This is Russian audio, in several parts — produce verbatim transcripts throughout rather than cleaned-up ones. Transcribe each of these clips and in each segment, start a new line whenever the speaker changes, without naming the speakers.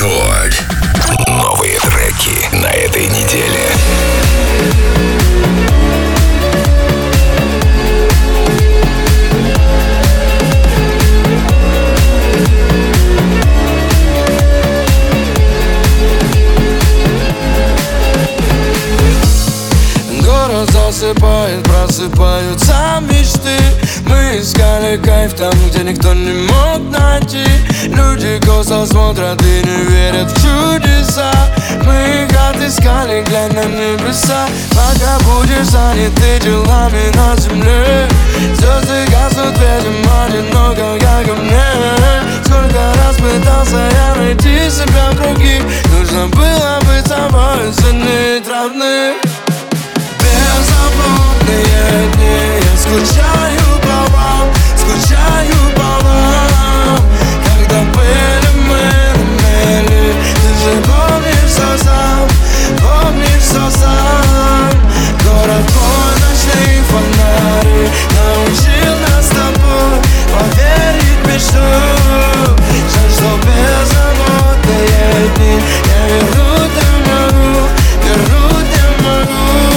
Рекорд. Новые треки на этой неделе.
Город засыпает, просыпаются мечты. Мы искали кайф там, где никто не мог найти. Люди косо смотрят и не верят в чудеса. Мы их отыскали, глянь на небеса. Пока будешь занят ты делами на земле, звезды гаснут, видимо, немного как и мне. Сколько раз пытался я найти себя в других. Нужно было быть собой, ценить родных. Беззаботные дни, я скучаю по вам, скучаю по вам. Когда были мы на мели, ты же помнишь все сам, помнишь все сам. Город твой, ночные фонари научил нас с тобой поверить в мечту. Жаль, что беззаботные дни я вернуть не могу, вернуть не могу.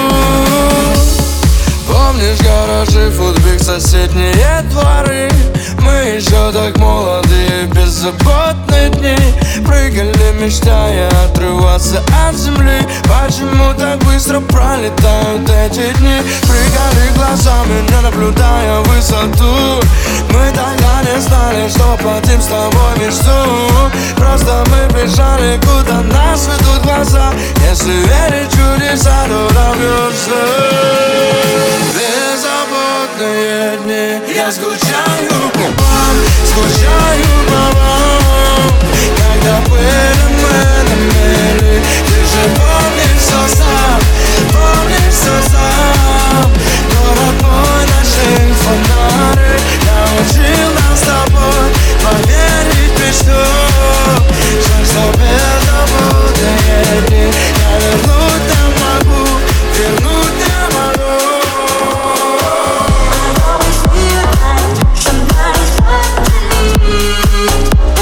Помнишь гаражи, футбик, соседние дворы? Мы еще так молодые, беззаботные дни. Прыгали, мечтая отрываться от земли. Почему так быстро пролетают эти дни? Прыгали глазами, не наблюдая высоту. Мы тогда не знали, что платим с тобой мечту. Просто мы бежали, куда нас ведут глаза. Если верить в чудеса, то добьешься. Беззаботные дни, я скучаю по вам, скучаю по вам. Когда были мы на мели, ты же помнишь все сам, помнишь все сам. Город мой, наших фонарей научил нас с тобой поверить в мечту. Жаль, что беззаботные дни я вернуть не могу, вернуть не могу.
Somebody's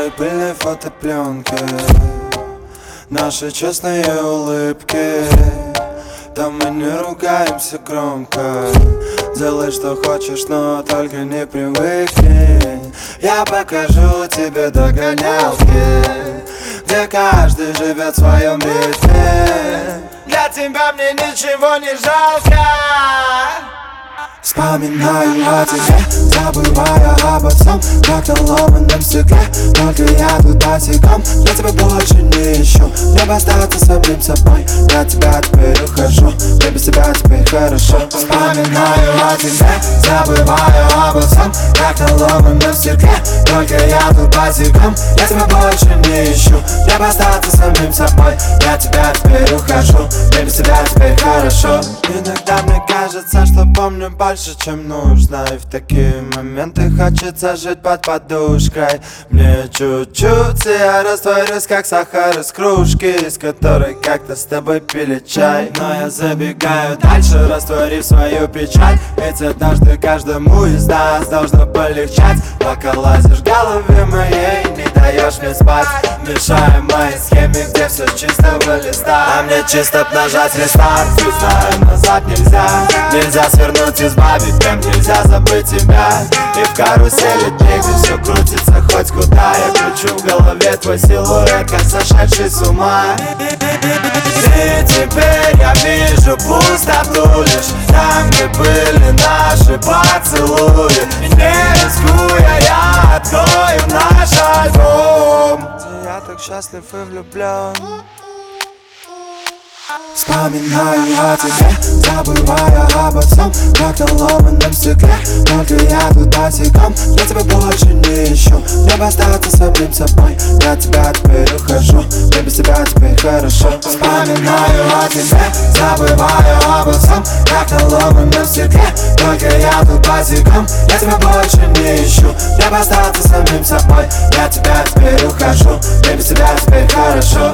старой пыльной фотопленке наши честные улыбки. Там мы не ругаемся громко. Делай, что хочешь, но только не привыкни. Я покажу тебе догонялки, где каждый живет в своем ритме. Для тебя мне ничего не жалко. Вспоминаю о тебе, забывая обо всем, как на ломаном стекле. Только я тут босиком, я тебя больше не ищу. Мне бы остаться самим собой, я от тебя теперь ухожу. Мне без тебя теперь хорошо. Вспоминаю о тебе, забывая обо всем, как на ломаном стекле. Только я тут босиком, я тебя больше не ищу. Мне бы остаться самим собой, я от тебя теперь ухожу. Мне без тебя теперь хорошо. Иногда мне кажется, что помню больше, чем нужно. И в такие моменты хочется жить под подушкой. Мне чуть-чуть, и я растворюсь, как сахар из кружки, из которой как-то с тобой пили чай. Но я забегаю дальше, растворив свою печаль. Ведь однажды каждому из нас должно полегчать. Пока лазишь в голове моей, не даешь мне спать, мешая моей схеме, где все чистого листа. А мне чисто б нажать рестарт, и знаю, назад нельзя. Нельзя свернуть, избавить, прям нельзя забыть тебя. И в карусели дней, где все крутится хоть куда, я кручу в голове твой силуэт, как сошедший с ума. И теперь я вижу пустоту лишь там, где были наши поцелуи. И не рискуя, я открою наш альбом, где я так счастлив и влюблен. Вспоминаю о тебе, забывая обо всем, как на ломаном стекле. Только я тут босиком, я тебя больше не ищу. Мне бы остаться самим собой, я от тебя теперь ухожу. Мне без тебя теперь хорошо. Вспоминаю о тебе, забывая обо всем, как на ломаном стекле. Только я тут босиком, я тебя больше не ищу. Мне бы остаться самим собой, я от тебя теперь ухожу. Мне без тебя теперь хорошо.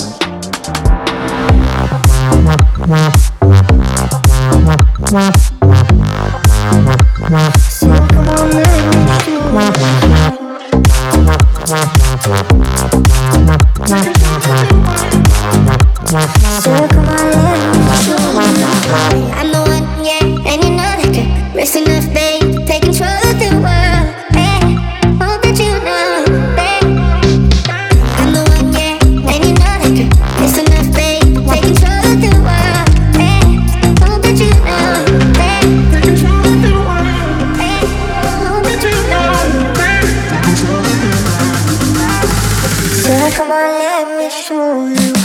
So come on, let me show you. So come on, let me show you. I'm the one, yeah, and you know that you're rich enough, babe, take control of the world. Hey, hope that you know, babe. I'm the one, yeah, and you know that you're rich enough, babe, take control of the world. Hey, hope that you know, babe, take control of the world. Hey, hope that you know, babe, take control of the world. So come on, let me show you.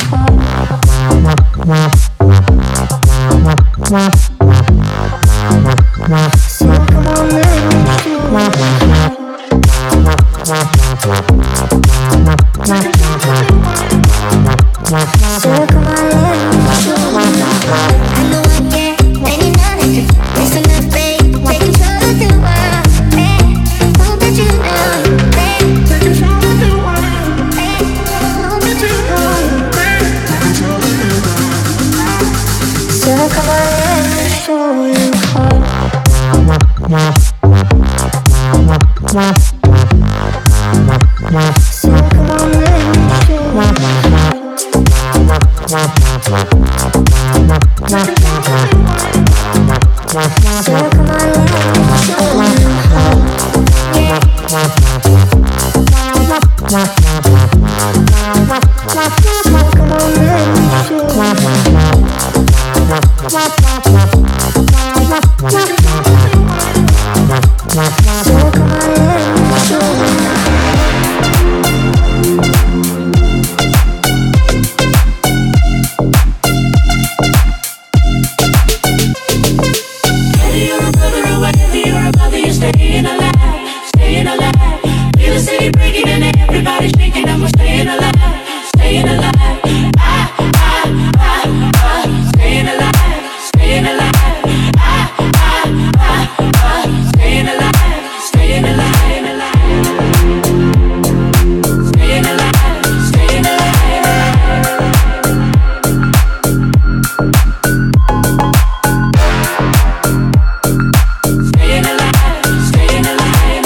So come on, let me show you. So come on, let me show you. I'm the one, yeah, and you know that you're rich enough, babe, take control of the world. Hey, hope that you know, babe, take control of the world. Hey, hope that you know, babe, take control of the world. So come on, let me show you. So come on, let me show you. So come on, let me show you. Yeah. So come on, let me show you. So come on, let me show you.
Staying alive, staying alive. Feel the city breaking and everybody shaking. I'm staying alive, staying alive. Ah, ah, ah, ah. Staying alive, staying alive. Ah, ah, ah, ah. Staying alive, staying alive. Staying alive, staying alive. Staying alive, staying alive.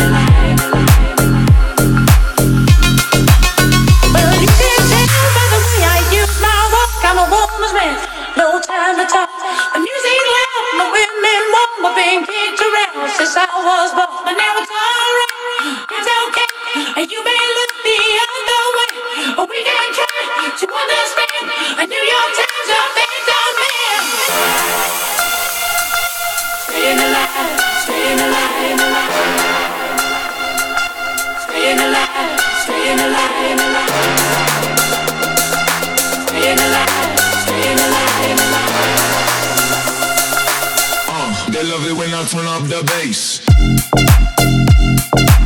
since I was born. But now it's alright, it's okay. And you may look the other way, but we can try to understand. A New York Times effect on me. Staying alive, staying alive, staying alive, staying alive, staying alive, staying alive.
Uh, they love it when I turn up the bass.